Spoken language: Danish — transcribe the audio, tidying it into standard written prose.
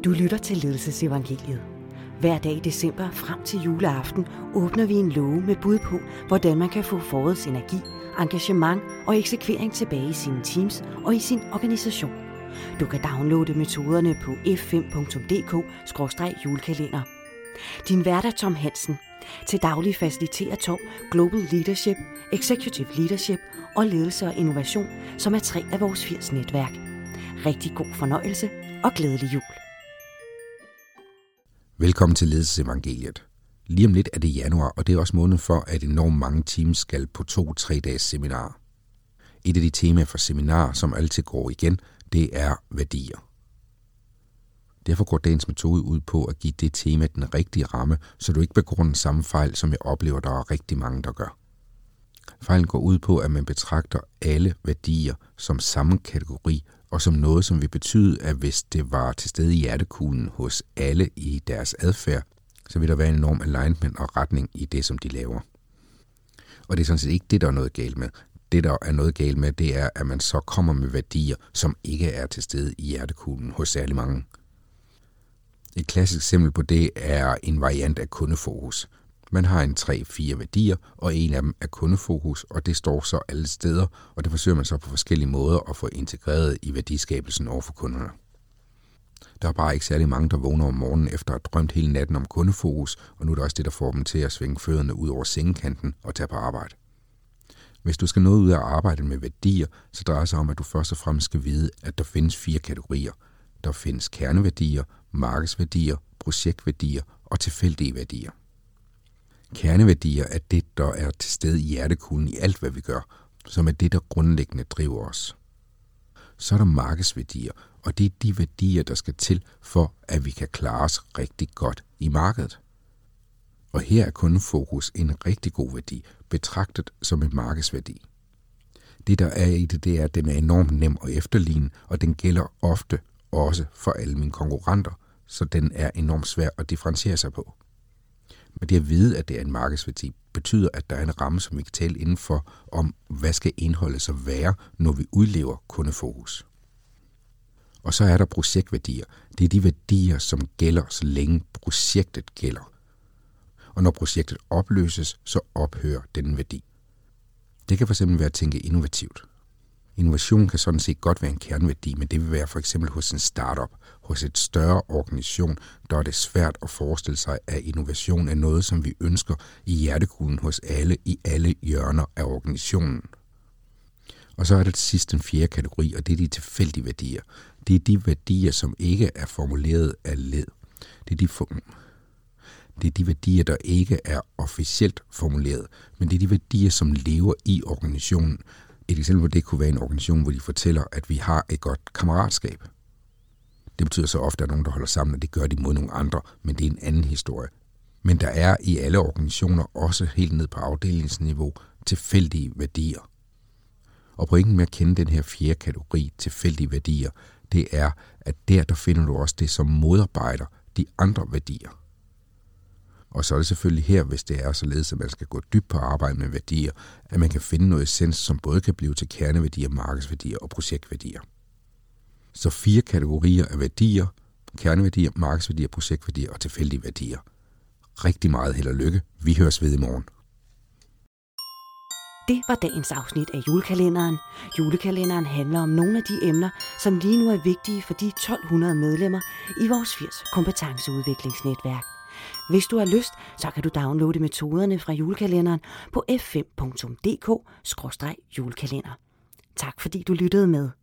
Du lytter til Ledelsesevangeliet. Hver dag i december frem til juleaften åbner vi en låge med bud på, hvordan man kan få forårets energi, engagement og eksekvering tilbage i sine teams og i sin organisation. Du kan downloade metoderne på f5.dk/julekalender. Din vært er Tom Hansen. Til daglig faciliterer Tom Global Leadership, Executive Leadership og Ledelse og Innovation, som er 3 af vores 80 netværk. Rigtig god fornøjelse og glædelig jul. Velkommen til Ledelsesevangeliet. Lige om lidt er det januar, og det er også måneden for, at enormt mange teams skal på 2-3 dages seminar. Et af de temaer for seminar, som altid går igen, det er værdier. Derfor går dagens metode ud på at give det tema den rigtige ramme, så du ikke begår den samme fejl, som jeg oplever, der er rigtig mange, der gør. Fejlen går ud på, at man betragter alle værdier som samme kategori, og som noget, som vil betyde, at hvis det var til stede i hjertekuglen hos alle i deres adfærd, så vil der være en enorm alignment og retning i det, som de laver. Og det er sådan set ikke det, der er noget galt med. Det, der er noget galt med, det er, at man så kommer med værdier, som ikke er til stede i hjertekuglen hos særlig mange. Et klassisk eksempel på det er en variant af kundefokus. Man har en 3-4 værdier, og en af dem er kundefokus, og det står så alle steder, og det forsøger man så på forskellige måder at få integreret i værdiskabelsen over for kunderne. Der er bare ikke særlig mange, der vågner om morgenen efter at have drømt hele natten om kundefokus, og nu er det også det, der får dem til at svinge fødderne ud over sengekanten og tage på arbejde. Hvis du skal nå ud af arbejdet med værdier, så drejer det sig om, at du først og fremmest skal vide, at der findes 4 kategorier. Der findes kerneværdier, markedsværdier, projektværdier og tilfældige værdier. Kerneværdier er det, der er til stede i hjertekuglen i alt, hvad vi gør, som er det, der grundlæggende driver os. Så er der markedsværdier, og det er de værdier, der skal til for, at vi kan klare os rigtig godt i markedet. Og her er kundefokus en rigtig god værdi, betragtet som en markedsværdi. Det, der er i det, er, at den er enormt nem at efterligne, og den gælder ofte også for alle mine konkurrenter, så den er enormt svær at differentiere sig på. Men det at vide, at det er en markedsværdi, betyder, at der er en ramme, som vi kan tale indenfor, om hvad skal indholdet så være, når vi udlever kundefokus. Og så er der projektværdier. Det er de værdier, som gælder, så længe projektet gælder. Og når projektet opløses, så ophører den værdi. Det kan fx være at tænke innovativt. Innovation kan sådan set godt være en kerneværdi, men det vil være for eksempel hos en startup. Hos et større organisation, der er det svært at forestille sig, at innovation er noget, som vi ønsker i hjertekuglen hos alle i alle hjørner af organisationen. Og så er der til sidst den 4. kategori, og det er de tilfældige værdier. Det er de værdier, som ikke er formuleret af led. Det er de værdier, der ikke er officielt formuleret, men det er de værdier, som lever i organisationen. Et eksempel på det kunne være en organisation, hvor de fortæller, at vi har et godt kammeratskab. Det betyder så ofte, at nogen, der holder sammen, og det gør de mod nogle andre, men det er en anden historie. Men der er i alle organisationer, også helt ned på afdelingsniveau, tilfældige værdier. Og pointen med at kende den her 4. kategori, tilfældige værdier, det er, at der finder du også det, som modarbejder de andre værdier. Og så er det selvfølgelig her, hvis det er således, at man skal gå dybt på arbejde med værdier, at man kan finde noget essens, som både kan blive til kerneværdier, markedsværdier og projektværdier. Så 4 kategorier af værdier: kerneværdier, markedsværdier, projektværdier og tilfældige værdier. Rigtig meget held og lykke. Vi høres ved i morgen. Det var dagens afsnit af julekalenderen. Julekalenderen handler om nogle af de emner, som lige nu er vigtige for de 1200 medlemmer i vores 80 kompetenceudviklingsnetværk. Hvis du har lyst, så kan du downloade metoderne fra julekalenderen på f5.dk/julekalender. Tak fordi du lyttede med.